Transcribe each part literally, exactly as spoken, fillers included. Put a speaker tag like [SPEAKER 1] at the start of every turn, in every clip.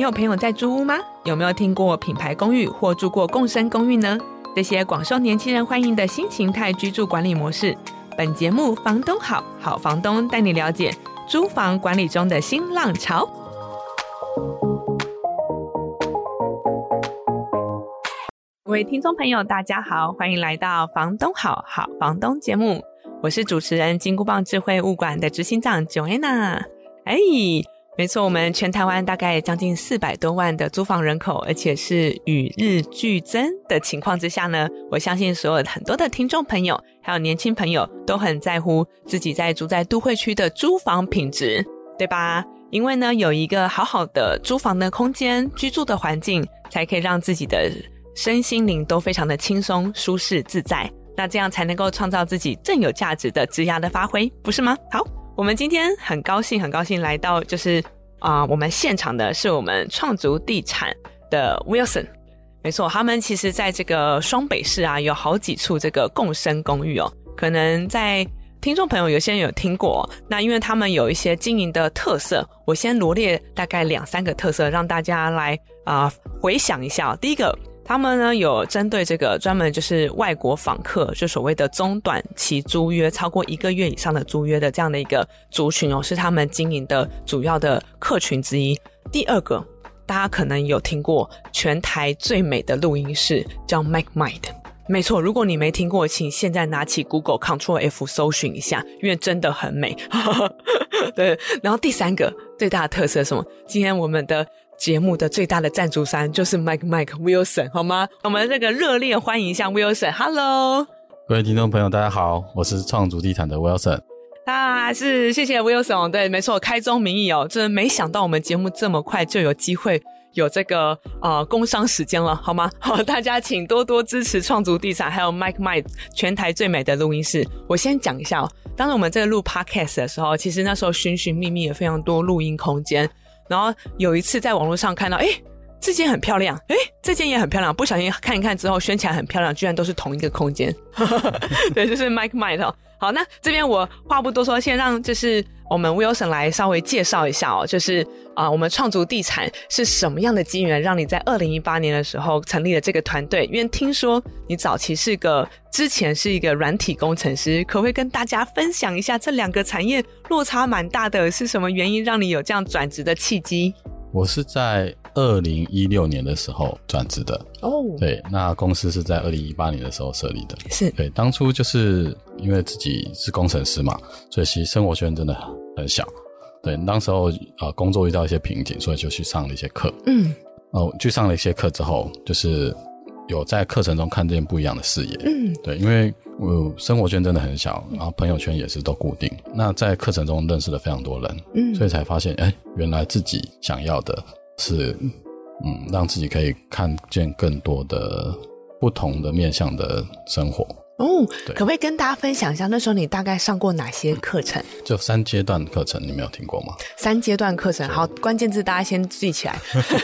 [SPEAKER 1] 你有朋友在租屋吗？有没有听过品牌公寓或住过共生公寓呢？这些广受年轻人欢迎的新形态居住管理模式，本节目房东好好房东带你了解租房管理中的新浪潮。各位听众朋友大家好，欢迎来到房东好好房东节目，我是主持人金箍棒智慧物管的执行长 Joanna。 哎，没错，我们全台湾大概将近四百多万的租房人口，而且是与日俱增的情况之下呢，我相信所有很多的听众朋友还有年轻朋友都很在乎自己在住在都会区的租房品质，对吧？因为呢，有一个好好的租房的空间，居住的环境，才可以让自己的身心灵都非常的轻松舒适自在，那这样才能够创造自己更有价值的职涯的发挥，不是吗？好，我们今天很高兴很高兴来到就是啊、呃，我们现场的是我们创筑地产的 Wilson。 没错，他们其实在这个双北市啊有好几处这个共生公寓哦，可能在听众朋友有些人有听过，那因为他们有一些经营的特色，我先罗列大概两三个特色让大家来啊、呃、回想一下、哦、第一个，他们呢有针对这个专门就是外国访客，就所谓的中短期租约超过一个月以上的租约的这样的一个族群哦，是他们经营的主要的客群之一。第二个，大家可能有听过全台最美的录音室叫 MicMind。没错，如果你没听过，请现在拿起 Google Ctrl F 搜寻一下，因为真的很美。对，然后第三个最大的特色是什么？今天我们的节目的最大的赞助商就是 MicMind Wilson， 好吗？我们这个热烈欢迎一下 Wilson。Hello，
[SPEAKER 2] 各位听众朋友，大家好，我是创筑地产的 Wilson。
[SPEAKER 1] 啊，是，谢谢 Wilson。对，没错，开宗明义哦，真的没想到我们节目这么快就有机会有这个呃工商时间了，好吗？好，大家请多多支持创筑地产，还有 MicMind 全台最美的录音室。我先讲一下哦，当时我们这个录 Podcast 的时候，其实那时候寻寻觅觅有非常多录音空间，然后有一次在网络上看到，诶这间很漂亮，诶这间也很漂亮，不小心看一看之后选起来很漂亮，居然都是同一个空间。对，就是 MicMind 哦。好，那这边我话不多说，先让就是我们 Wilson 来稍微介绍一下哦，就是啊、呃，我们创筑地产是什么样的机缘让你在二零一八年的时候成立了这个团队？因为听说你早期是个之前是一个软体工程师，可不可以跟大家分享一下这两个产业落差蛮大的，是什么原因让你有这样转职的契机？
[SPEAKER 2] 我是在二零一六年的时候转职的哦，对，那公司是在二零一八年的时候设立的，
[SPEAKER 1] 是
[SPEAKER 2] 对，当初就是因为自己是工程师嘛，所以其实生活圈真的很小，对，当时候呃工作遇到一些瓶颈，所以就去上了一些课，嗯，哦，去上了一些课之后，就是有在课程中看见不一样的视野，嗯，对，因为我生活圈真的很小，然后朋友圈也是都固定，那在课程中认识了非常多人，嗯，所以才发现哎，原来自己想要的是嗯，让自己可以看见更多的不同的面向的生活
[SPEAKER 1] 哦。可不可以跟大家分享一下那时候你大概上过哪些课程？
[SPEAKER 2] 就三阶段课程，你没有听过吗？
[SPEAKER 1] 三阶段课程，好，关键字大家先记起来。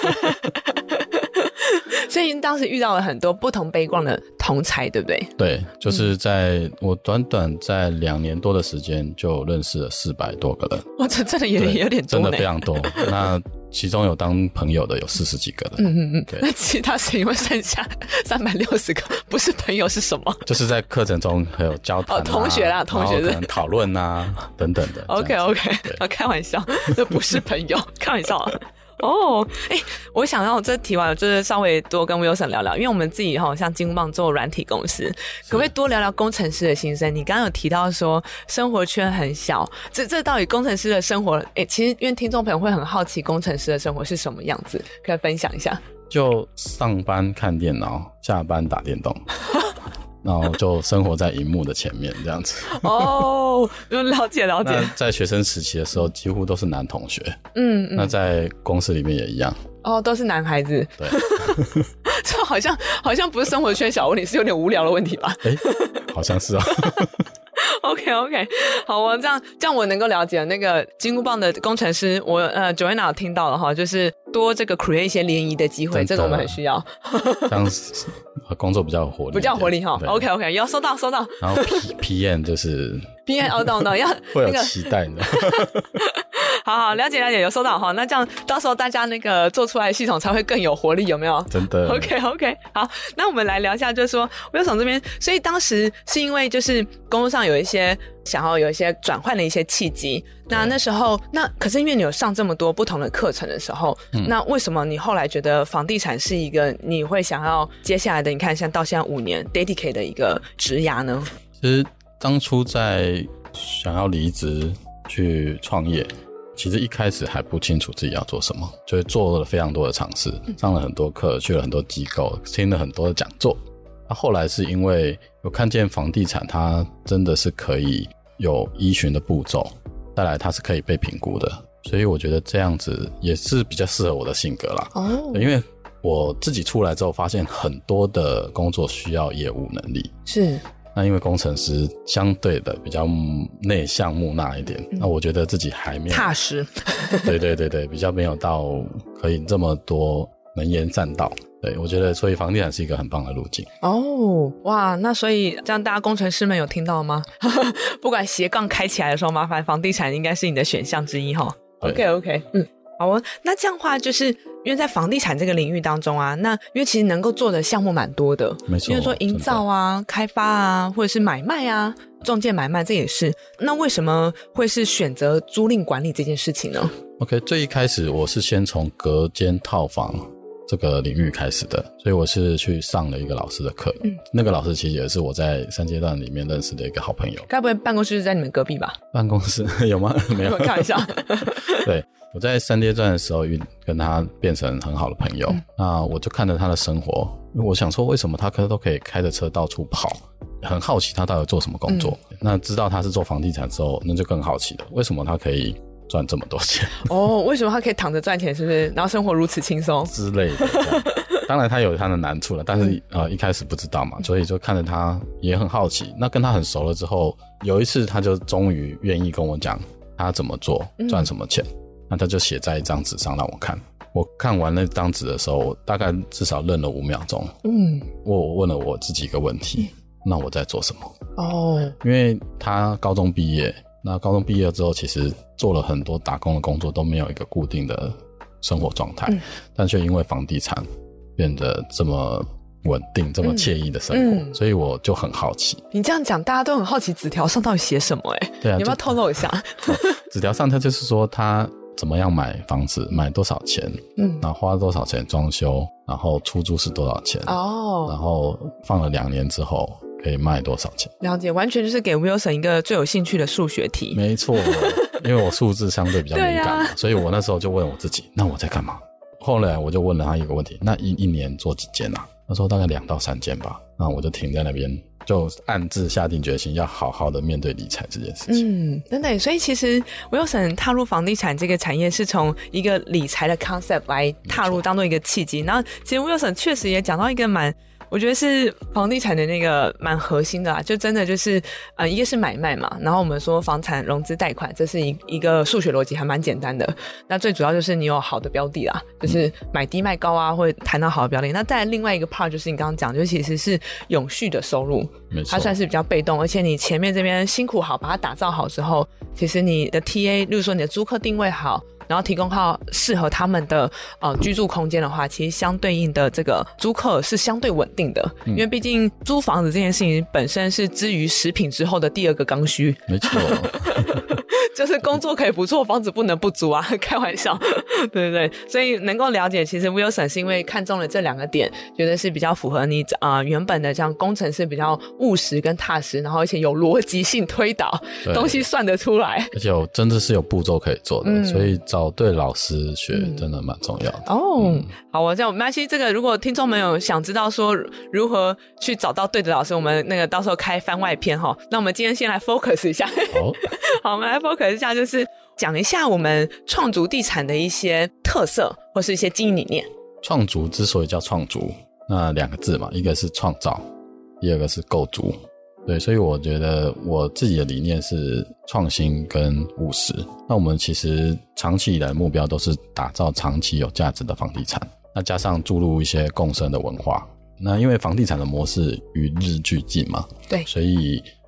[SPEAKER 1] 所以当时遇到了很多不同背光的同才，对不对？
[SPEAKER 2] 对，就是在、嗯、我短短在两年多的时间就认识了四百多个人。哇，这真的也有点多， 真的非常多。那其中有当朋友的有四十几个人。嗯嗯嗯。对，
[SPEAKER 1] 那其他是因为剩下三百六十个不是朋友是什么？
[SPEAKER 2] 就是在课程中还有交谈、啊、
[SPEAKER 1] 哦，同学啦，同学
[SPEAKER 2] 可能讨论啊等等的。
[SPEAKER 1] OK OK， 开玩笑，这不是朋友，开玩笑。哦，哎，我想要这题完就是稍微多跟 Wilson 聊聊，因为我们自己齁像金箍棒做软体公司，可不可以多聊聊工程师的心声？你刚刚有提到说生活圈很小，这这到底工程师的生活，哎，其实因为听众朋友会很好奇工程师的生活是什么样子，可以分享一下？
[SPEAKER 2] 就上班看电脑，下班打电动。然后就生活在荧幕的前面这样子。哦，
[SPEAKER 1] 了解了解。
[SPEAKER 2] 那在学生时期的时候几乎都是男同学，嗯，嗯，那在公司里面也一样。
[SPEAKER 1] 哦，都是男孩子。
[SPEAKER 2] 对。
[SPEAKER 1] 这好像好像不是生活圈小问题，是有点无聊的问题吧？
[SPEAKER 2] 诶，好像是哦。
[SPEAKER 1] OK OK， 好，我这样这样我能够了解那个金箍棒的工程师，我呃 Joanna 有听到了哈，就是多这个 create 一些联谊的机会，这个我们很需要。
[SPEAKER 2] 这样工作比较有活力，
[SPEAKER 1] 比较有活力哈。OK OK， 要收到收到。
[SPEAKER 2] 然后 P PM 就是
[SPEAKER 1] P M 哦懂懂要
[SPEAKER 2] 会有期待的。
[SPEAKER 1] 好好了解了解，有收到哈。那这样到时候大家那个做出来的系统才会更有活力，有没有？
[SPEAKER 2] 真的。
[SPEAKER 1] OK OK， 好，那我们来聊一下，就是说Wilson这边，所以当时是因为就是工作上有一些想要有一些转换的一些契机。那那时候，那可是因为你有上这么多不同的课程的时候，嗯、那为什么你后来觉得房地产是一个你会想要接下来的？你看，像到现在五年 dedicate 的一个职涯呢？
[SPEAKER 2] 其实当初在想要离职去创业，其实一开始还不清楚自己要做什么，就是做了非常多的尝试，上了很多课，去了很多机构，听了很多的讲座。那、啊、后来是因为有看见房地产，它真的是可以有依循的步骤。再来它是可以被评估的，所以我觉得这样子也是比较适合我的性格啦。哦，因为我自己出来之后发现很多的工作需要业务能力，
[SPEAKER 1] 是
[SPEAKER 2] 那因为工程师相对的比较内向木讷一点、嗯、那我觉得自己还没有
[SPEAKER 1] 踏实
[SPEAKER 2] 对对对对，比较没有到可以这么多能言善道。对，我觉得所以房地产是一个很棒的路径。
[SPEAKER 1] 哦，哇，那所以这样大家工程师们有听到吗？不管斜杠开起来的时候，麻烦房地产应该是你的选项之一齁。OK OK， 嗯，好哦。那这样的话，就是因为在房地产这个领域当中啊，那因为其实能够做的项目蛮多的，
[SPEAKER 2] 没错，
[SPEAKER 1] 比如说营造啊、开发啊，或者是买卖啊、中介买卖，这也是。那为什么会是选择租赁管理这件事情呢
[SPEAKER 2] ？OK， 最一开始我是先从隔间套房这个领域开始的，所以我是去上了一个老师的课、嗯、那个老师其实也是我在三阶段里面认识的一个好朋友。
[SPEAKER 1] 该不会办公室是在你们隔壁吧？
[SPEAKER 2] 办公室有吗？没有，
[SPEAKER 1] 开玩笑
[SPEAKER 2] 对，我在三阶段的时候跟他变成很好的朋友、嗯、那我就看着他的生活，我想说为什么他都可以开着车到处跑，很好奇他到底做什么工作、嗯、那知道他是做房地产之后，那就更好奇了，为什么他可以赚这么多钱
[SPEAKER 1] 哦，为什么他可以躺着赚钱，是不是？然后生活如此轻松
[SPEAKER 2] 之类的。当然他有他的难处了，但是、嗯、呃一开始不知道嘛，所以就看着他也很好奇。那跟他很熟了之后，有一次他就终于愿意跟我讲他怎么做，赚什么钱、嗯、那他就写在一张纸上让我看。我看完那张纸的时候，我大概至少愣了五秒钟。嗯，我问了我自己一个问题、嗯、那我在做什么？哦，因为他高中毕业，那高中毕业之后其实做了很多打工的工作，都没有一个固定的生活状态、嗯、但却因为房地产变得这么稳定，这么惬意的生活、嗯嗯、所以我就很好奇。
[SPEAKER 1] 你这样讲大家都很好奇纸条上到底写什么耶？对啊，你要不要透露一下？
[SPEAKER 2] 纸条上它就是说他怎么样买房子，买多少钱，嗯，然后花多少钱装修，然后出租是多少钱哦，然后放了两年之后可以卖多少钱。
[SPEAKER 1] 了解，完全就是给 Wilson 一个最有兴趣的数学题。
[SPEAKER 2] 没错，因为我数字相对比较敏感嘛、啊、所以我那时候就问我自己，那我在干嘛？后来我就问了他一个问题，那一一年做几间啊？他说大概两到三间吧。那我就停在那边，就暗自下定决心要好好的面对理财这件事情。
[SPEAKER 1] 嗯，真的。所以其实 Wilson 踏入房地产这个产业是从一个理财的 concept 来踏入当做一个契机。然后其实 Wilson 确实也讲到一个蛮我觉得是房地产的那个蛮核心的啦，就真的就是呃，一个是买卖嘛，然后我们说房产融资贷款，这是一一个数学逻辑还蛮简单的。那最主要就是你有好的标的啦，就是买低卖高啊，或者谈到好的标的。那再来另外一个 part 就是你刚刚讲，就其实是永续的收入，
[SPEAKER 2] 没错，
[SPEAKER 1] 它算是比较被动，而且你前面这边辛苦好把它打造好之后，其实你的 T A， 例如说你的租客定位好，然后提供好适合他们的呃居住空间的话，其实相对应的这个租客是相对稳定的、嗯、因为毕竟租房子这件事情本身是之于食品之后的第二个刚需。
[SPEAKER 2] 没错
[SPEAKER 1] 就是工作可以不错，房子不能不租啊，开玩笑对对对，所以能够了解其实 Wilson 是因为看中了这两个点，觉得是比较符合你呃原本的这样工程师比较务实跟踏实，然后而且有逻辑性推导，东西算得出来，
[SPEAKER 2] 而且有真的是有步骤可以做的、嗯、所以找对老师学真的蛮重要的、
[SPEAKER 1] 嗯、哦、嗯。好，我这样没关系，这个如果听众们有想知道说如何去找到对的老师，我们那个到时候开番外篇齁。那我们今天先来 focus 一下好好，我们来 focus 一下，就是讲一下我们创筑地产的一些特色或是一些经营理念。
[SPEAKER 2] 创筑之所以叫创筑，那两个字嘛，一个是创造，第二个是构筑。对，所以我觉得我自己的理念是创新跟务实。那我们其实长期以来的目标都是打造长期有价值的房地产，那加上注入一些共生的文化。那因为房地产的模式与日俱进嘛，
[SPEAKER 1] 对，
[SPEAKER 2] 所以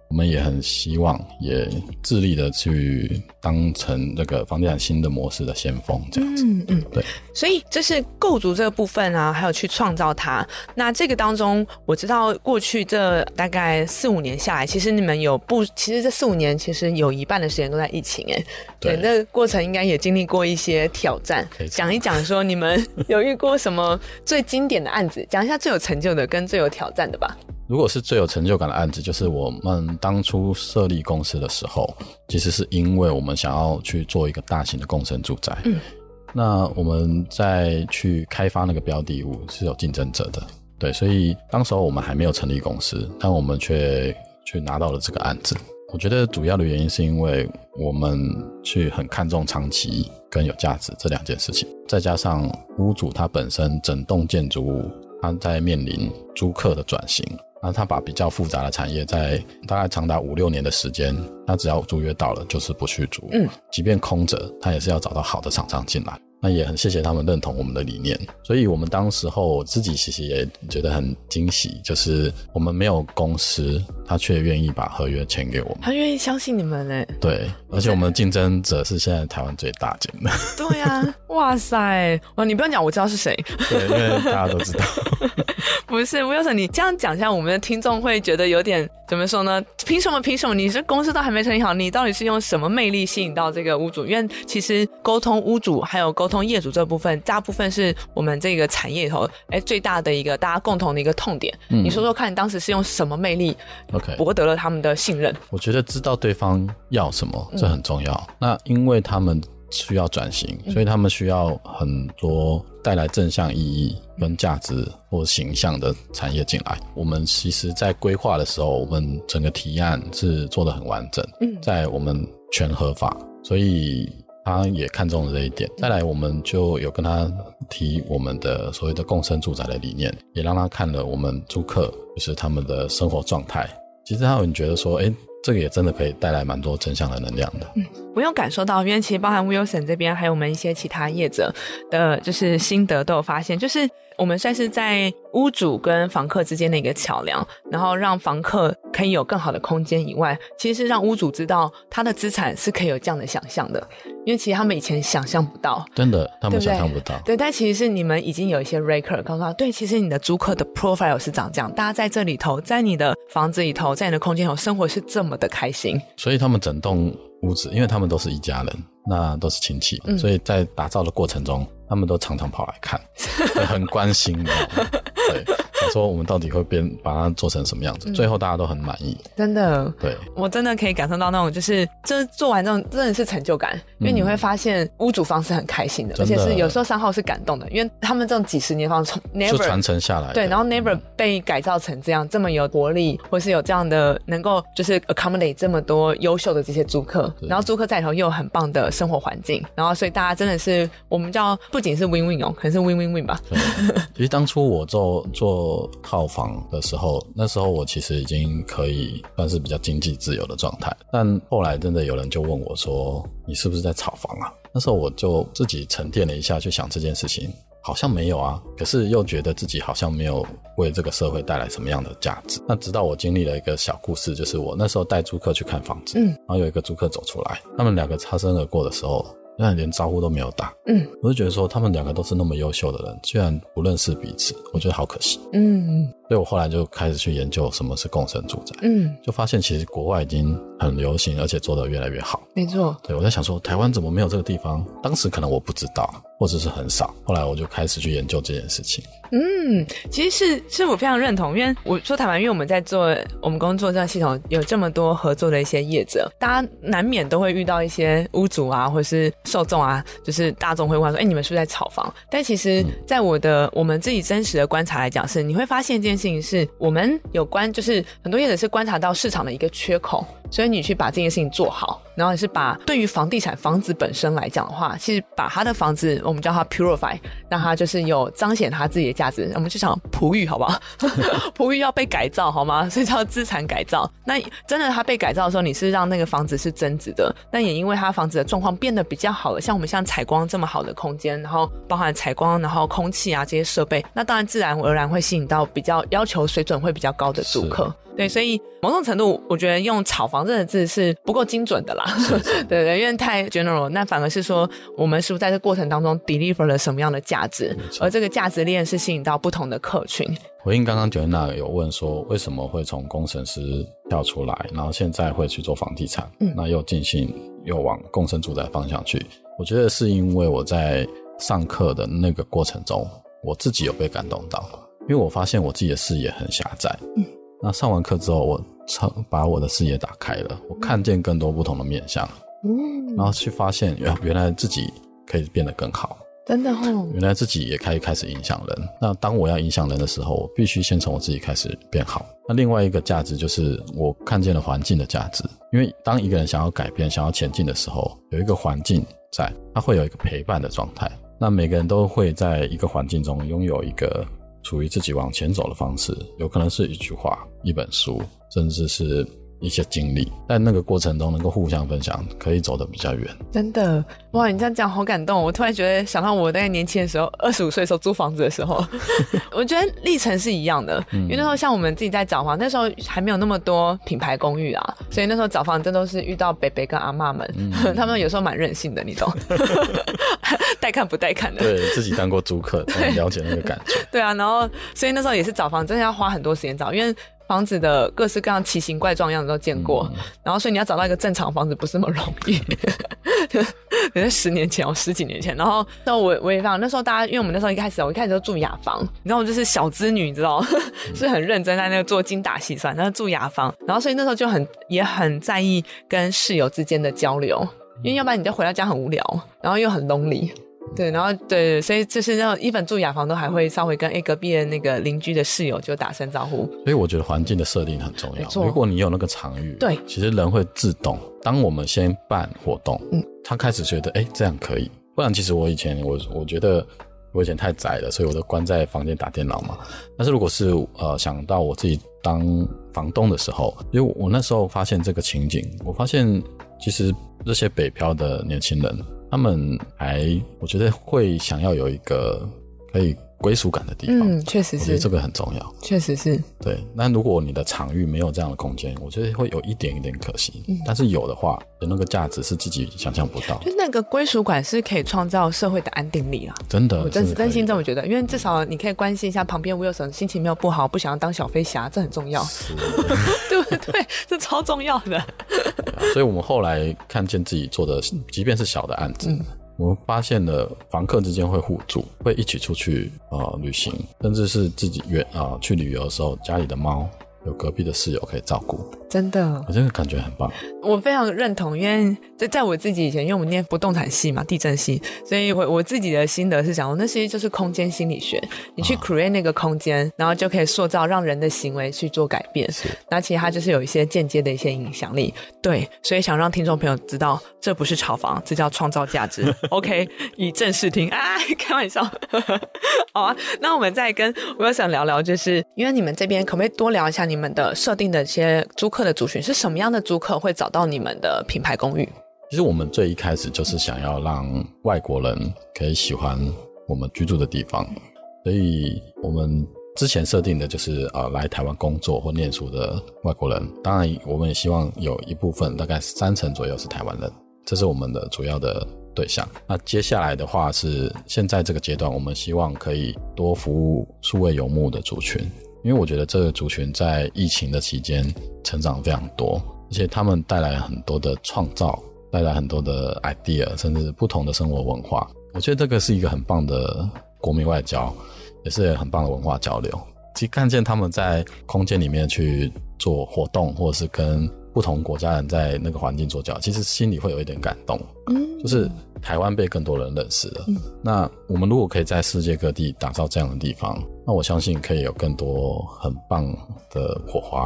[SPEAKER 2] 我们也很希望也致力的去当成这个房地产新的模式的先锋这样子。嗯嗯，对。
[SPEAKER 1] 所以这是构筑这个部分啊，还有去创造它。那这个当中我知道过去这大概四五年下来，其实你们有不其实这四五年其实有一半的时间都在疫情耶。对，那个过程应该也经历过一些挑战。讲一讲说你们有遇过什么最经典的案子，讲一下最有成就的跟最有挑战的吧。
[SPEAKER 2] 如果是最有成就感的案子，就是我们当初设立公司的时候，其实是因为我们想要去做一个大型的共生住宅。嗯，那我们在去开发那个标的物是有竞争者的，对，所以当时候我们还没有成立公司，但我们却去拿到了这个案子。我觉得主要的原因是因为我们去很看重长期跟有价值这两件事情，再加上屋主他本身整栋建筑物他在面临租客的转型，那他把比较复杂的产业在大概长达五六年的时间，他只要租约到了就是不续租，嗯，即便空着他也是要找到好的厂商进来。那也很谢谢他们认同我们的理念，所以我们当时候我自己其实也觉得很惊喜，就是我们没有公司，他却愿意把合约签给我们，
[SPEAKER 1] 他愿意相信你们耶。
[SPEAKER 2] 对，而且我们的竞争者是现在台湾最大间的。
[SPEAKER 1] 对啊，哇塞，哇，你不用讲，我知道是谁。
[SPEAKER 2] 对，因为大家都知道。
[SPEAKER 1] 不是 Wilson， 你这样讲一下，我们的听众会觉得有点怎么说呢？凭什么？凭什么？你这公司都还没成立好，你到底是用什么魅力吸引到这个屋主？因为其实沟通屋主还有沟通业主这部分，大部分是我们这个产业里头哎最大的一个大家共同的一个痛点。嗯，你说说看，你当时是用什么魅力博得了他们的信任？
[SPEAKER 2] Okay. 我觉得知道对方要什么，这很重要。嗯，那因为他们需要转型，所以他们需要很多带来正向意义跟价值或形象的产业进来。我们其实在规划的时候，我们整个提案是做得很完整，嗯，在我们全合法，所以他也看中了这一点。再来我们就有跟他提我们的所谓的共生住宅的理念，也让他看了我们租客就是他们的生活状态。其实他有觉得说诶这个也真的可以带来蛮多正向的能量的。嗯，
[SPEAKER 1] 我有感受到，因为其实包含 Wilson 这边还有我们一些其他业者的就是心得都有发现，就是我们算是在屋主跟房客之间的一个桥梁，然后让房客可以有更好的空间以外，其实是让屋主知道他的资产是可以有这样的想象的，因为其实他们以前想象不到，
[SPEAKER 2] 真的他们想象不到。
[SPEAKER 1] 对, 对，但其实是你们已经有一些 record 告诉他，对，其实你的租客的 profile 是长这样，大家在这里头，在你的房子里头，在你的空间里头生活是这么的开心，所
[SPEAKER 2] 以他们整栋屋子，因为他们都是一家人，那都是亲戚，嗯，所以在打造的过程中他们都常常跑来看，很关心你知道吗？对，想说我们到底会变把它做成什么样子，嗯，最后大家都很满意。
[SPEAKER 1] 真的，
[SPEAKER 2] 对，
[SPEAKER 1] 我真的可以感受到那种就是这做完这种真的是成就感，因为你会发现屋主方是很开心的，嗯，而且是有时候三号是感动的，因为他们这种几十年房从 never
[SPEAKER 2] 就传承下来，
[SPEAKER 1] 对，然后 never 被改造成这样，嗯，这么有活力，或是有这样的能够就是 accommodate 这么多优秀的这些租客，然后租客在里头又有很棒的生活环境，然后所以大家真的是我们叫不仅是 win win 哦，可能是 win win win 吧。
[SPEAKER 2] 其实当初我做做套房的时候，那时候我其实已经可以算是比较经济自由的状态，但后来真的有人就问我说你是不是在炒房啊？那时候我就自己沉淀了一下去想这件事情，好像没有啊，可是又觉得自己好像没有为这个社会带来什么样的价值。那直到我经历了一个小故事，就是我那时候带租客去看房子，嗯，然后有一个租客走出来，他们两个擦身而过的时候那连招呼都没有打，嗯，我就觉得说他们两个都是那么优秀的人，居然不认识彼此，我觉得好可惜，嗯，所以我后来就开始去研究什么是共生住宅，嗯，就发现其实国外已经很流行，而且做得越来越好。
[SPEAKER 1] 没错，
[SPEAKER 2] 对，我在想说台湾怎么没有这个地方，当时可能我不知道或者是很少，后来我就开始去研究这件事情。
[SPEAKER 1] 嗯，其实是是我非常认同，因为我说坦白，因为我们在做我们工作这个系统有这么多合作的一些业者，大家难免都会遇到一些屋主啊或是受众啊，就是大众会问说哎，你们是不是在炒房？但其实在我的、嗯、我们自己真实的观察来讲，是你会发现一件事情，是我们有关就是很多业者是观察到市场的一个缺口， 所以你去把这件事情做好，然后你是把对于房地产房子本身来讲的话，其实把他的房子我们叫它 purify， 让它就是有彰显他自己的价值，我们就讲璞玉好不好璞玉要被改造好吗？所以叫资产改造。那真的他被改造的时候，你是让那个房子是增值的，但也因为他房子的状况变得比较好了，像我们像采光这么好的空间，然后包含采光然后空气啊这些设备，那当然自然而然会吸引到比较要求水准会比较高的住客。对，所以某种程度我觉得用炒房这个字是不够精准的啦对对，因为太 general， 那反而是说我们是不是在这过程当中 deliver 了什么样的价值，而这个价值链是吸引到不同的客群。
[SPEAKER 2] 回应刚刚 Joanna 有问说为什么会从工程师跳出来，然后现在会去做房地产，嗯，那又进行又往共生住宅方向去，我觉得是因为我在上课的那个过程中我自己有被感动到，因为我发现我自己的视野很狭窄，嗯，那上完课之后我把我的视野打开了，我看见更多不同的面向，嗯，然后去发现原来自己可以变得更好，
[SPEAKER 1] 真的哦，
[SPEAKER 2] 原来自己也可以开始影响人。那当我要影响人的时候，我必须先从我自己开始变好。那另外一个价值就是我看见了环境的价值，因为当一个人想要改变想要前进的时候，有一个环境在，他会有一个陪伴的状态，那每个人都会在一个环境中拥有一个属于自己往前走的方式，有可能是一句话一本书，甚至是一些经历，但那个过程中能够互相分享，可以走得比较远。
[SPEAKER 1] 真的哇，你这样讲好感动，我突然觉得想到我大概年轻的时候二十五岁的时候租房子的时候我觉得历程是一样的、嗯、因为那时候像我们自己在找房，那时候还没有那么多品牌公寓啊，所以那时候找房真都是遇到伯伯跟阿嬷们、嗯、他们有时候蛮任性的你懂带看不带看的，
[SPEAKER 2] 对，自己当过租客才了解那个感觉
[SPEAKER 1] 对啊，然后所以那时候也是找房真的要花很多时间找，因为房子的各式各样奇形怪状样子都见过、嗯、然后所以你要找到一个正常房子不是那么容易可是十年前哦十几年前，然后那我我也放那时候大家因为我们那时候一开始我一开始就住雅房，你知道我就是小资女你知道是很认真在那个做精打细算，然后住雅房，然后所以那时候就很也很在意跟室友之间的交流，因为要不然你就回到家很无聊，然后又很 lonely，对，然后对，所以就是那种一本住雅房都还会稍微跟诶隔壁的那个邻居的室友就打声招呼，
[SPEAKER 2] 所以我觉得环境的设定很重要。如果你有那个场域，
[SPEAKER 1] 对，
[SPEAKER 2] 其实人会自动。当我们先办活动，嗯，他开始觉得诶这样可以，不然其实我以前我我觉得我以前太宅了，所以我都关在房间打电脑嘛。但是如果是呃想到我自己当房东的时候，因为我那时候发现这个情景，我发现其实这些北漂的年轻人。他们还我觉得会想要有一个可以归属感的地方，
[SPEAKER 1] 嗯，确实是，
[SPEAKER 2] 我觉得这个很重要，
[SPEAKER 1] 确实是，
[SPEAKER 2] 对。那如果你的场域没有这样的空间，我觉得会有一点一点可惜、嗯、但是有的话有那个价值是自己想象不到，
[SPEAKER 1] 就那个归属感是可以创造社会的安定力啦，
[SPEAKER 2] 真的，
[SPEAKER 1] 我真是真心这么觉得，因为至少你可以关心一下旁边我有什么心情没有不好，不想要当小飞侠，这很重要对不对？这超重要的
[SPEAKER 2] 所以我们后来看见自己做的即便是小的案子、嗯，我们发现了房客之间会互助，会一起出去呃旅行，甚至是自己远啊、呃、去旅游的时候，家里的猫有隔壁的室友可以照顾，
[SPEAKER 1] 真的，
[SPEAKER 2] 我这个感觉很棒。
[SPEAKER 1] 我非常认同，因为在在我自己以前，因为我们念不动产系嘛，地震系，所以我我自己的心得是讲，那些就是空间心理学，你去 create 那个空间、啊，然后就可以塑造让人的行为去做改变，那其实它就是有一些间接的一些影响力。对，所以想让听众朋友知道，这不是炒房，这叫创造价值。OK， 以正视听，啊，开玩笑。好啊，那我们再跟我又想聊聊，就是因为你们这边可不可以多聊一下你们的设定的一些租客的族群是什么样的租客会找到你们的品牌公寓？
[SPEAKER 2] 其实我们最一开始就是想要让外国人可以喜欢我们居住的地方，所以我们之前设定的就是呃来台湾工作或念书的外国人，当然我们也希望有一部分大概三成左右是台湾人，这是我们的主要的对象。那接下来的话是现在这个阶段，我们希望可以多服务数位游牧的族群，因为我觉得这个族群在疫情的期间成长非常多，而且他们带来很多的创造，带来很多的 idea， 甚至不同的生活文化。我觉得这个是一个很棒的国民外交，也是很棒的文化交流。其实看见他们在空间里面去做活动，或者是跟不同国家人在那个环境做交流，其实心里会有一点感动。嗯，就是台湾被更多人认识了、嗯、那我们如果可以在世界各地打造这样的地方，那我相信可以有更多很棒的火花。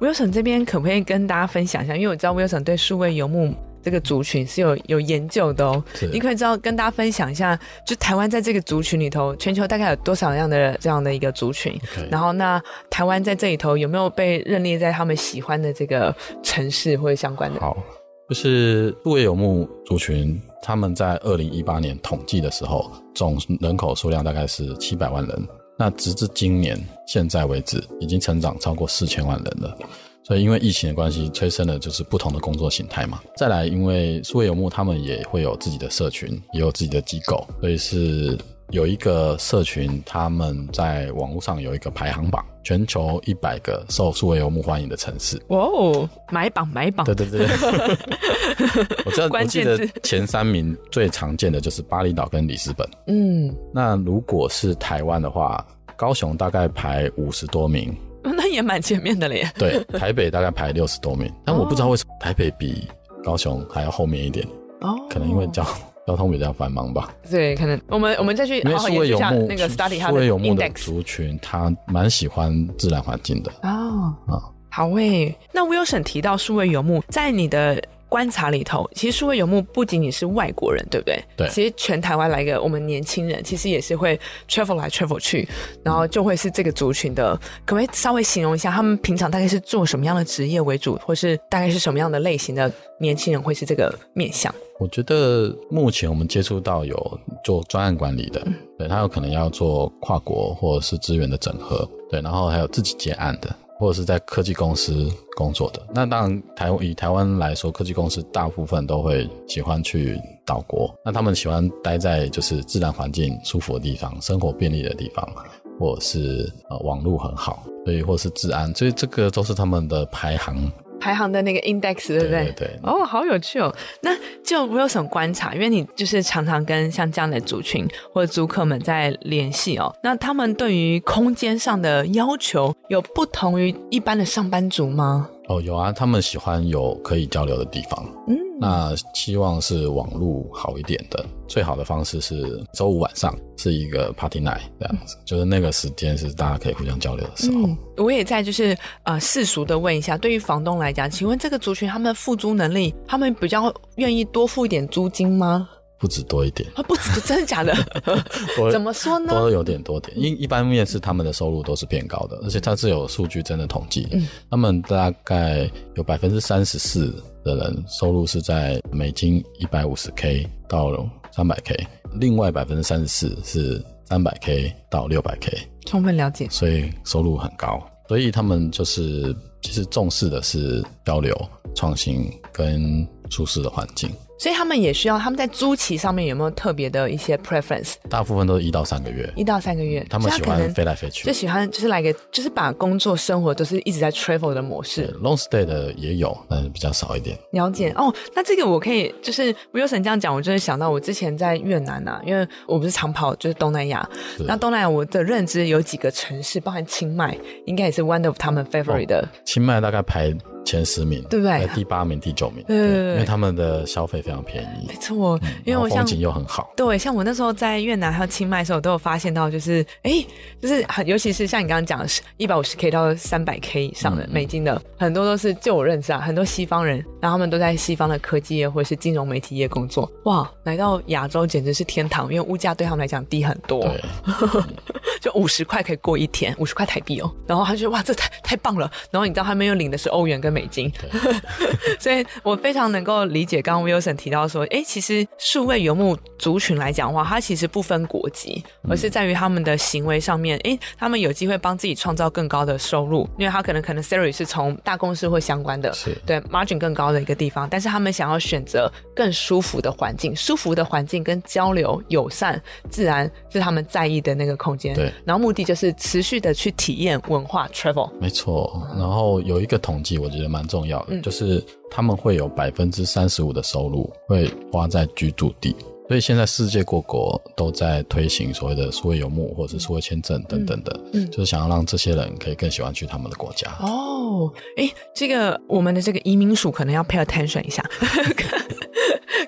[SPEAKER 1] Wilson 这边可不可以跟大家分享一下，因为我知道 Wilson 对数位游牧这个族群是有有研究的哦，你可以知道跟大家分享一下，就台湾在这个族群里头，全球大概有多少样的这样的一个族群，
[SPEAKER 2] okay.
[SPEAKER 1] 然后那台湾在这里头有没有被认列在他们喜欢的这个城市或者相关的？
[SPEAKER 2] 好，就是数位游牧族群，他们在二零一八年统计的时候，总人口数量大概是七百万人，那直至今年现在为止，已经成长超过四千万人了。所以因为疫情的关系，催生了就是不同的工作形态嘛。再来，因为数位游牧他们也会有自己的社群，也有自己的机构，所以是有一个社群，他们在网络上有一个排行榜，全球一百个受数位游牧欢迎的城市。
[SPEAKER 1] 哇哦，买榜买榜！
[SPEAKER 2] 对对对，我知道，我记得前三名最常见的就是巴厘岛跟里斯本。嗯，那如果是台湾的话，高雄大概排五十多名。
[SPEAKER 1] 那也蛮前面的了耶。
[SPEAKER 2] 对，台北大概排六十多名，但我不知道为什么台北比高雄还要后面一点。哦，可能因为交交通比较繁忙吧。
[SPEAKER 1] 对，可能我们我们再去
[SPEAKER 2] 因为数位游牧
[SPEAKER 1] 那个 study 它的 index。
[SPEAKER 2] 数位游牧的族群，他蛮喜欢自然环境的。
[SPEAKER 1] 哦，啊、嗯，好诶。那 Wilson 提到数位游牧，在你的观察里头，其实数位游牧不仅仅是外国人，对不对？
[SPEAKER 2] 对。
[SPEAKER 1] 其实全台湾来个我们年轻人，其实也是会 travel 来 travel 去，然后就会是这个族群的。可不可以稍微形容一下，他们平常大概是做什么样的职业为主，或是大概是什么样的类型的年轻人会是这个面向？
[SPEAKER 2] 我觉得目前我们接触到有做专案管理的，嗯、对，他有可能要做跨国或者是资源的整合，对，然后还有自己接案的。或者是在科技公司工作的，那当然台以台湾来说，科技公司大部分都会喜欢去岛国，那他们喜欢待在就是自然环境舒服的地方，生活便利的地方，或者是呃网络很好，所以或者是治安，所以这个都是他们的排行。
[SPEAKER 1] 排行的那个 index 对不对？
[SPEAKER 2] 对对对。
[SPEAKER 1] 哦，好有趣哦。那就我有什么观察，因为你就是常常跟像这样的族群或者租客们在联系哦，那他们对于空间上的要求有不同于一般的上班族吗？
[SPEAKER 2] 哦，有啊，他们喜欢有可以交流的地方。嗯，那希望是网路好一点的，最好的方式是周五晚上是一个 party night 这样子，嗯、就是那个时间是大家可以互相交流的时候。嗯、
[SPEAKER 1] 我也在就是呃世俗的问一下，对于房东来讲，请问这个族群他们的付租能力，他们比较愿意多付一点租金吗？
[SPEAKER 2] 不止多一点
[SPEAKER 1] 啊，不止，真的假的？怎么说呢？
[SPEAKER 2] 都有点多点，因一般面试他们的收入都是偏高的，而且它是有数据真的统计，嗯，他们大概有百分之三十四的人收入是在美金一百五十 K 到三百 K， 另外百分之三十四是三百 K 到六百 K，
[SPEAKER 1] 充分了解，
[SPEAKER 2] 所以收入很高，所以他们就是其实重视的是交流、创新跟舒适的环境。
[SPEAKER 1] 所以他们也需要，他们在租期上面有没有特别的一些 preference？
[SPEAKER 2] 大部分都是一到三个月，
[SPEAKER 1] 一到三个月，
[SPEAKER 2] 他们喜欢飞来飞去，
[SPEAKER 1] 就喜欢就是来个就是把工作生活都是一直在 travel 的模式。
[SPEAKER 2] long stay 的也有，但是比较少一点。
[SPEAKER 1] 了解哦，那这个我可以就是 Wilson 这样讲，我就是想到我之前在越南啊，因为我不是常跑就是东南亚，那东南亚我的认知有几个城市，包含清迈，应该也是 one of 他们 favorite 的。
[SPEAKER 2] 哦、清迈大概排前十名，
[SPEAKER 1] 对不对？
[SPEAKER 2] 第八名、第九名，
[SPEAKER 1] 对，对
[SPEAKER 2] 因为他们的消费非常便宜，
[SPEAKER 1] 没错。嗯、因为我像
[SPEAKER 2] 风景又很好，
[SPEAKER 1] 对，像我那时候在越南还有清迈的时候，我都有发现到，就是哎，就是尤其是像你刚刚讲的一百五十 K 到三百 K 以上的美金的，嗯、很多都是就我认识啊，很多西方人，然后他们都在西方的科技业或者是金融媒体业工作，哇，来到亚洲简直是天堂，因为物价对他们来讲低很多，对，就五十块可以过一天，五十块台币哦，然后他就觉得哇，这太太棒了，然后你知道他们又领的是欧元跟美金。所以我非常能够理解刚刚 Wilson 提到说，诶，其实数位游牧族群来讲的话，它其实不分国籍，而是在于他们的行为上面，诶，他们有机会帮自己创造更高的收入，因为他可能可能 salary 是从大公司或相关的，对 margin 更高的一个地方，但是他们想要选择更舒服的环境，舒服的环境跟交流、友善、自然是他们在意的那个空间，对，然后目的就是持续的去体验文化 travel，
[SPEAKER 2] 没错。然后有一个统计我觉得蛮重要的，嗯、就是他们会有百分之三十五的收入会花在居住地，所以现在世界各国都在推行所谓的数位游牧或者是数位签证等等的，嗯嗯、就是想要让这些人可以更喜欢去他们的国家。
[SPEAKER 1] 哦，诶，这个我们的这个移民署可能要 pay attention 一下。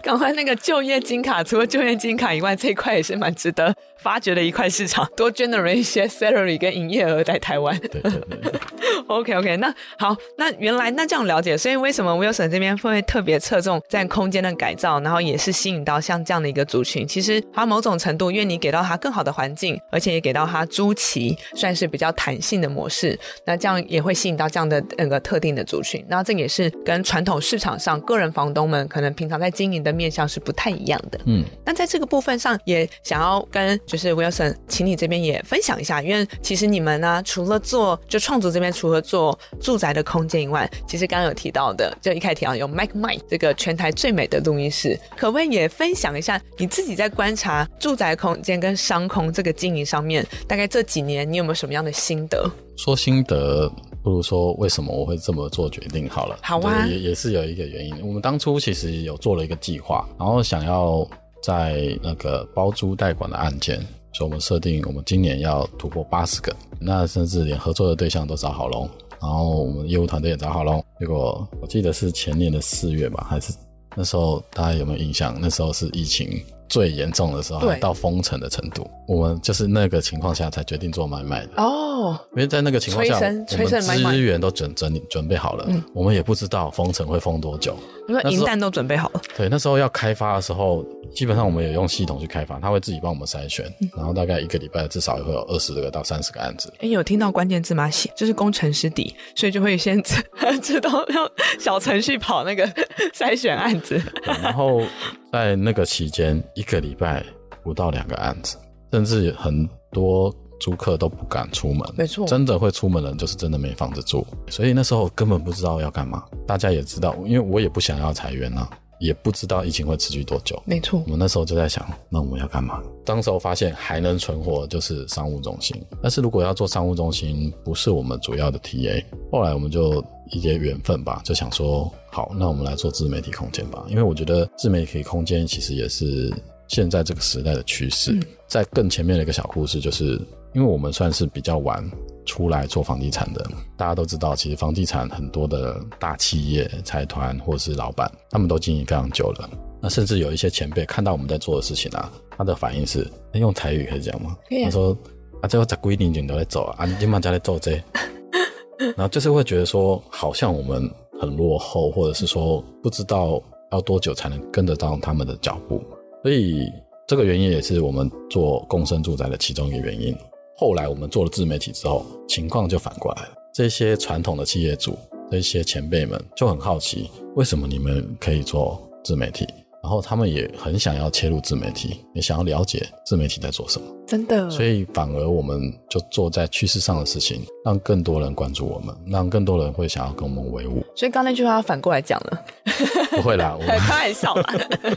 [SPEAKER 1] 赶快那个就业金卡，除了就业金卡以外，这一块也是蛮值得发掘的一块市场，多 generate 一些 salary 跟营业额在台湾。
[SPEAKER 2] 对对对。
[SPEAKER 1] OK OK， 那好，那原来那这样了解，所以为什么 Wilson 这边会特别侧重在空间的改造，然后也是吸引到像这样的一个族群。其实它某种程度，因为你给到它更好的环境，而且也给到它租期算是比较弹性的模式，那这样也会吸引到这样的那个特定的族群。那这也是跟传统市场上个人房东们可能平常在经营的面向是不太一样的。嗯，那在这个部分上也想要跟就是 Wilson 请你这边也分享一下，因为其实你们呢、啊、除了做就创组这边除了做住宅的空间以外，其实刚刚有提到的，就一开始提到有 Mike Mike 这个全台最美的录音室，可不可以也分享一下你自己在观察住宅空间跟商空这个经营上面，大概这几年你有没有什么样的心得？
[SPEAKER 2] 说心得不如说为什么我会这么做决定好了。
[SPEAKER 1] 好啊，
[SPEAKER 2] 也也是有一个原因。我们当初其实有做了一个计划，然后想要在那个包租代管的案件，所以我们设定我们今年要突破八十个，那甚至连合作的对象都找好拢，然后我们业务团队也找好拢。结果我记得是前年的四月吧，还是那时候大家有没有印象？那时候是疫情最严重的时候，还到封城的程度，我们就是那个情况下才决定做买卖的哦。因为在那个情况下，我们资源都准准准备好了、嗯，我们也不知道封城会封多久。
[SPEAKER 1] 因为银弹都准备好了。
[SPEAKER 2] 对，那时候要开发的时候，基本上我们也用系统去开发，他会自己帮我们筛选、嗯，然后大概一个礼拜至少也会有二十个到三十个案子。
[SPEAKER 1] 哎，有听到关键字吗？写就是工程师底，所以就会先知道用小程序跑那个筛选案子。
[SPEAKER 2] 然后在那个期间，一个礼拜不到两个案子，甚至很多租客都不敢出门。
[SPEAKER 1] 没错，
[SPEAKER 2] 真的会出门的人就是真的没房子住，所以那时候根本不知道要干嘛。大家也知道，因为我也不想要裁员啊，也不知道疫情会持续多久。
[SPEAKER 1] 没错，
[SPEAKER 2] 我们那时候就在想，那我们要干嘛？当时候发现还能存活就是商务中心，但是如果要做商务中心，不是我们主要的 T A。后来我们就一些缘分吧，就想说，好，那我们来做自媒体空间吧。因为我觉得自媒体空间其实也是现在这个时代的趋势、嗯。在更前面的一个小故事，就是因为我们算是比较晚出来做房地产的，大家都知道，其实房地产很多的大企业、财团或者是老板，他们都经营非常久了。那甚至有一些前辈看到我们在做的事情啊，他的反应是：用台语可以讲吗？他说：“啊，这我十几年前都在走啊，啊，你今晚才在做这。”然后就是会觉得说，好像我们很落后，或者是说不知道要多久才能跟得到他们的脚步。所以这个原因也是我们做共生住宅的其中一个原因。后来我们做了自媒体之后，情况就反过来了。这些传统的企业主，这些前辈们就很好奇，为什么你们可以做自媒体？然后他们也很想要切入自媒体，也想要了解自媒体在做什么。
[SPEAKER 1] 真的，
[SPEAKER 2] 所以反而我们就做在趋势上的事情，让更多人关注我们，让更多人会想要跟我们为伍。
[SPEAKER 1] 所以刚才那句话反过来讲了。
[SPEAKER 2] 不会啦，我
[SPEAKER 1] 开玩笑啦。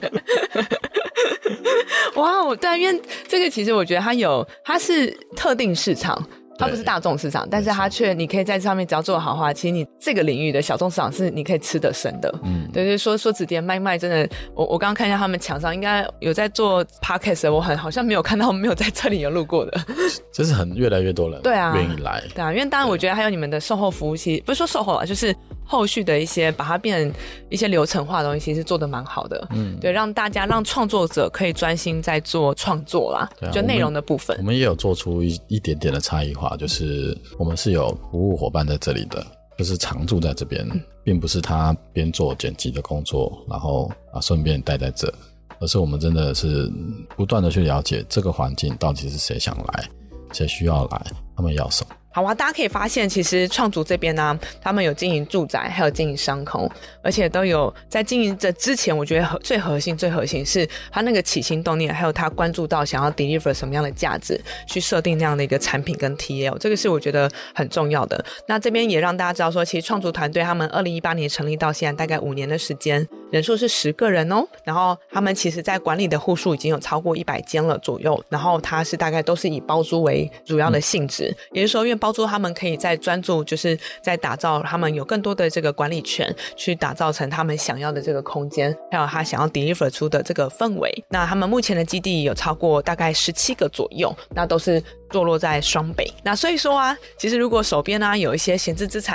[SPEAKER 1] 哇，对，因为这个其实我觉得它有，它是特定市场。它不是大众市场，但是它却你可以在上面只要做得好的话，其实你这个领域的小众市场是你可以吃得深的。嗯，对，就是说说直接卖卖真的，我我刚刚看一下他们墙上应该有在做 podcast 的，我很好像没有看到没有在这里有录过的。
[SPEAKER 2] 就是很越来越多人对啊愿意来，
[SPEAKER 1] 对啊，因为当然我觉得还有你们的售后服务，其实不是说售后啦，就是后续的一些把它变成一些流程化的东西，其实做得蛮好的。嗯，对，让大家让创作者可以专心在做创作啦，啊、就内容的部分
[SPEAKER 2] 我。我们也有做出一一点点的差异化。就是我们是有服务伙伴在这里的，就是常住在这边、嗯、并不是他边做剪辑的工作然后啊顺便待在这，而是我们真的是不断的去了解这个环境到底是谁想来，谁需要来，他们要什么。
[SPEAKER 1] 好啊，大家可以发现其实创组这边呢、啊，他们有经营住宅还有经营商空，而且都有在经营这之前，我觉得最核心最核心是他那个起心动念，还有他关注到想要 deliver 什么样的价值，去设定那样的一个产品跟 T L， 这个是我觉得很重要的。那这边也让大家知道说，其实创组团队他们二零一八年成立到现在大概五年的时间，人数是十个人哦，然后他们其实在管理的户数已经有超过一百间了左右，然后他是大概都是以包租为主要的性质、嗯、也就是说因为包租他们可以在专注就是在打造他们有更多的这个管理权，去打造成他们想要的这个空间，还有他想要 deliver 出的这个氛围。那他们目前的基地有超过大概十七个左右，那都是坐落在双北。那所以说啊，其实如果手边啊有一些闲置资产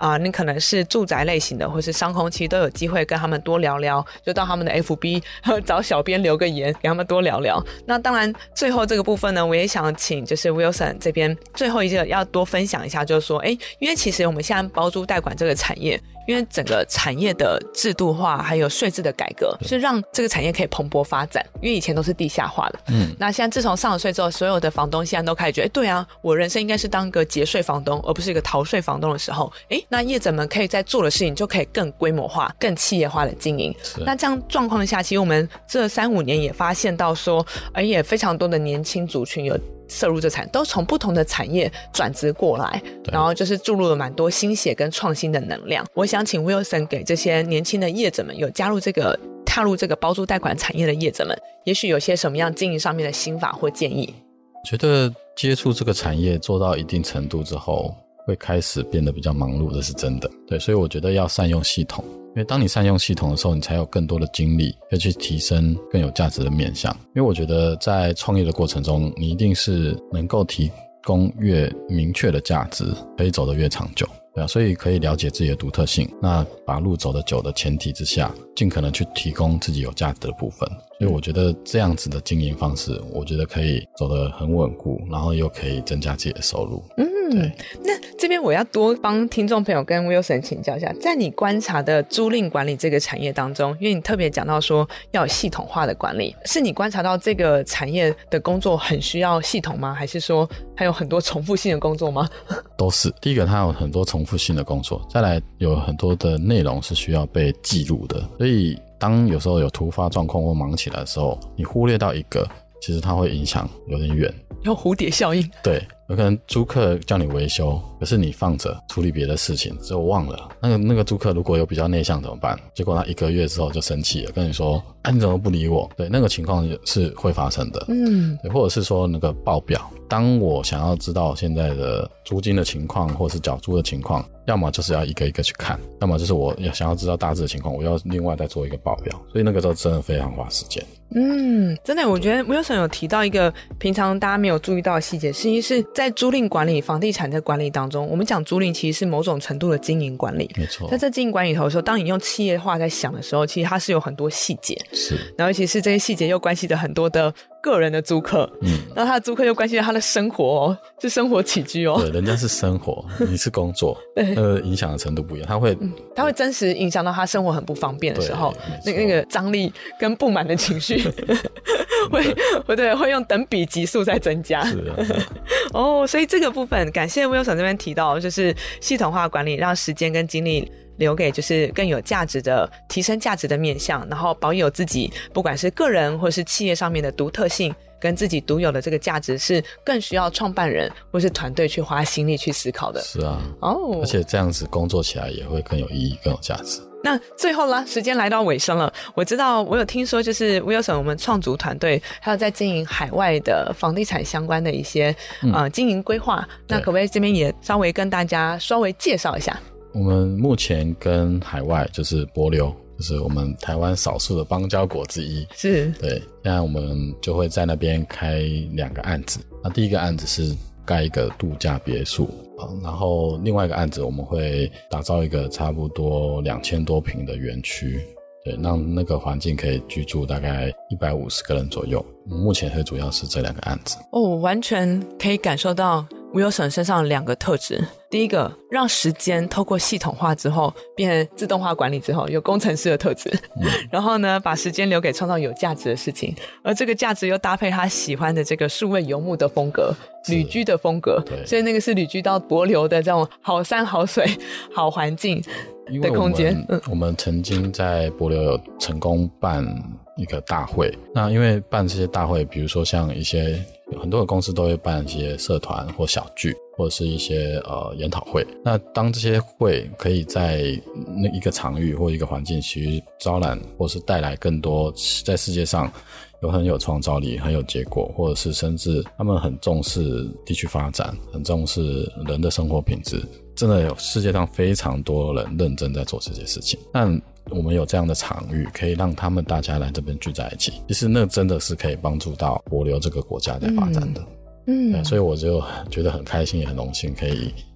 [SPEAKER 1] 啊、呃，你可能是住宅类型的或是商空，其实都有机会跟他们多聊聊，就到他们的 F B 找小编留个言给他们多聊聊。那当然最后这个部分呢，我也想请就是 Wilson 这边最后一个要多分享一下，就是说诶，因为其实我们现在包租代管这个产业，因为整个产业的制度化还有税制的改革是让这个产业可以蓬勃发展，因为以前都是地下化的。嗯，那现在自从上了税之后，所有的房东现在都开始觉得，对啊，我人生应该是当个节税房东而不是一个逃税房东的时候，诶，那业者们可以在做的事情就可以更规模化更企业化的经营。那这样状况下，其实我们这三五年也发现到说，而也非常多的年轻族群有涉入这产，都从不同的产业转职过来，然后就是注入了蛮多新血跟创新的能量。我想请 Wilson 给这些年轻的业者们，有加入这个踏入这个包租代管产业的业者们，也许有些什么样经营上面的心法或建议？
[SPEAKER 2] 觉得接触这个产业做到一定程度之后，会开始变得比较忙碌，这是真的。对，所以我觉得要善用系统，因为当你善用系统的时候，你才有更多的精力可以去提升更有价值的面向。因为我觉得在创业的过程中，你一定是能够提供越明确的价值，可以走得越长久。对啊，所以可以了解自己的独特性，那把路走得久的前提之下，尽可能去提供自己有价值的部分。所以我觉得这样子的经营方式，我觉得可以走得很稳固，然后又可以增加自己的收入。嗯，对。
[SPEAKER 1] 那这边我要多帮听众朋友跟 Wilson 请教一下，在你观察的租赁管理这个产业当中，因为你特别讲到说要有系统化的管理，是你观察到这个产业的工作很需要系统吗？还是说还有很多重复性的工作吗？
[SPEAKER 2] 都是。第一个，它有很多重复性的工作，再来有很多的内容是需要被记录的，所以当有时候有突发状况或忙起来的时候，你忽略到一个，其实它会影响有点远，
[SPEAKER 1] 有蝴蝶效应。
[SPEAKER 2] 对，有可能租客叫你维修，可是你放着处理别的事情，就忘了。那个那个租客如果有比较内向怎么办？结果他一个月之后就生气了，跟你说：“啊，你怎么不理我？”对，那个情况是会发生的。嗯，对，或者是说那个报表，当我想要知道现在的租金的情况，或是缴租的情况，要么就是要一个一个去看，要么就是我想要知道大致的情况，我要另外再做一个报表，所以那个时候真的非常花时间。
[SPEAKER 1] 嗯，真的，我觉得 Wilson 有提到一个平常大家没有注意到的细节，是因是在租赁管理、房地产的管理当中，我们讲租赁其实是某种程度的经营管理。
[SPEAKER 2] 没错，
[SPEAKER 1] 在这经营管理头的时候，当你用企业化在想的时候，其实它是有很多细节，
[SPEAKER 2] 是，
[SPEAKER 1] 然后尤其是这些细节又关系着很多的个人的租客，嗯，然后他的租客又关系着他的生活哦，是生活起居哦。
[SPEAKER 2] 对，人家是生活，你是工作，对，那个影响的程度不一样，他会、嗯，
[SPEAKER 1] 他会真实影响到他生活很不方便的时候，那个那个张力跟不满的情绪。会会对会用等比级数在增加。
[SPEAKER 2] 是啊，是啊
[SPEAKER 1] 哦，所以这个部分感谢 Wilson 这边提到，就是系统化管理，让时间跟精力留给就是更有价值的提升价值的面向，然后保有自己不管是个人或是企业上面的独特性跟自己独有的这个价值，是更需要创办人或是团队去花心力去思考的。
[SPEAKER 2] 是啊，哦，而且这样子工作起来也会更有意义更有价值。
[SPEAKER 1] 那最后啦，时间来到尾声了，我知道我有听说就是 Wilson 我们创组团队还有在经营海外的房地产相关的一些、嗯、呃经营规划，那可不可以这边也稍微跟大家稍微介绍一下？
[SPEAKER 2] 我们目前跟海外就是帛琉，就是我们台湾少数的邦交国之一，
[SPEAKER 1] 是，
[SPEAKER 2] 对，现在我们就会在那边开两个案子。那第一个案子是盖一个度假别墅，然后另外一个案子我们会打造一个差不多两千多坪的园区，对，让那个环境可以居住大概一百五十个人左右。目前最主要是这两个案子。
[SPEAKER 1] 哦，完全可以感受到 Wilson 身上两个特质。第一个，让时间透过系统化之后变成自动化管理之后，有工程师的特质、嗯、然后呢把时间留给创造有价值的事情，而这个价值又搭配他喜欢的这个数位游牧的风格，旅居的风格，所以那个是旅居到帛琉的这种好山好水好环境的空间。
[SPEAKER 2] 因为我们、嗯、我们曾经在帛琉有成功办一个大会，那因为办这些大会，比如说像一些很多的公司都会办一些社团或小聚，或者是一些呃研讨会。那当这些会可以在那一个场域或一个环境去招揽，或是带来更多在世界上有很有创造力、很有结果，或者是甚至他们很重视地区发展，很重视人的生活品质，真的有世界上非常多人认真在做这些事情。但我们有这样的场域，可以让他们大家来这边聚在一起，其实那真的是可以帮助到帛琉这个国家在发展的。嗯，嗯，所以我就觉得很开心也很荣幸可以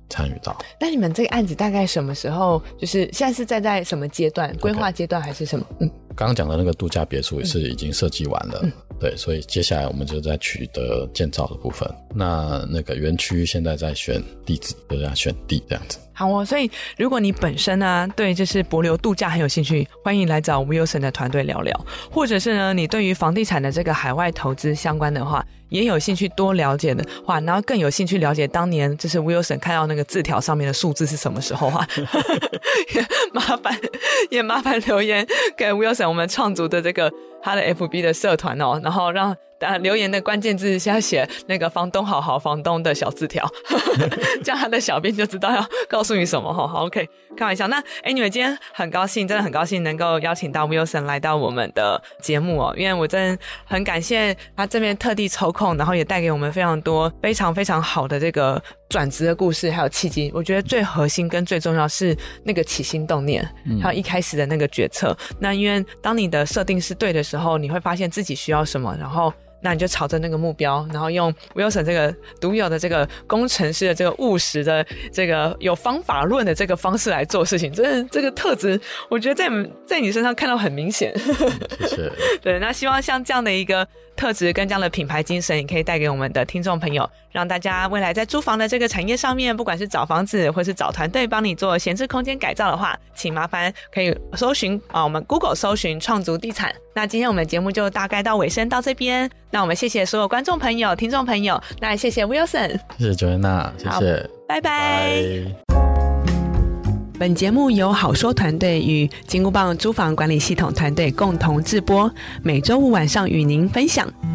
[SPEAKER 2] 参与到。
[SPEAKER 1] 那你们这个案子大概什么时候，就是现在是在在什么阶段，规划阶段还是什么？嗯，
[SPEAKER 2] 刚刚讲的那个度假别墅也是已经设计完了、嗯、对，所以接下来我们就在取得建造的部分。那那个园区现在在选地址，就是要选地这样子。
[SPEAKER 1] 好哦，所以如果你本身呢对就是帛琉度假很有兴趣，欢迎来找 Wilson 的团队聊聊，或者是呢你对于房地产的这个海外投资相关的话也有兴趣多了解的话，然后更有兴趣了解当年就是 Wilson 看到那个字条上面的数字是什么时候啊也麻烦也麻烦留言给 Wilson 我们创足的这个他的 F B 的社团哦，然后让呃留言的关键字现在写那个房东好好房东的小字条这样他的小编就知道要告诉你什么。好 OK 开玩笑。那 anyway 今天很高兴，真的很高兴能够邀请到 Wilson 来到我们的节目哦，因为我真的很感谢他这边特地抽空，然后也带给我们非常多非常非常好的这个转职的故事还有契机。我觉得最核心跟最重要是那个起心动念、嗯、还有一开始的那个决策。那因为当你的设定是对的时候，你会发现自己需要什么，然后那你就朝着那个目标，然后用 Wilson 这个独有的这个工程师的这个务实的这个有方法论的这个方式来做事情。真的这个特质我觉得在在你身上看到很明显
[SPEAKER 2] 谢谢
[SPEAKER 1] 对，那希望像这样的一个特质跟这样的品牌精神也可以带给我们的听众朋友，让大家未来在租房的这个产业上面，不管是找房子或是找团队帮你做闲置空间改造的话，请麻烦可以搜寻啊，我们 Google 搜寻创足地产。那今天我们的节目就大概到尾声到这边，那我们谢谢所有观众朋友听众朋友，那也谢谢 Wilson，
[SPEAKER 2] 谢谢 Joanna， 谢谢，
[SPEAKER 1] 拜拜。本节目由好说团队与金箍棒租房管理系统团队共同制播，每周五晚上与您分享。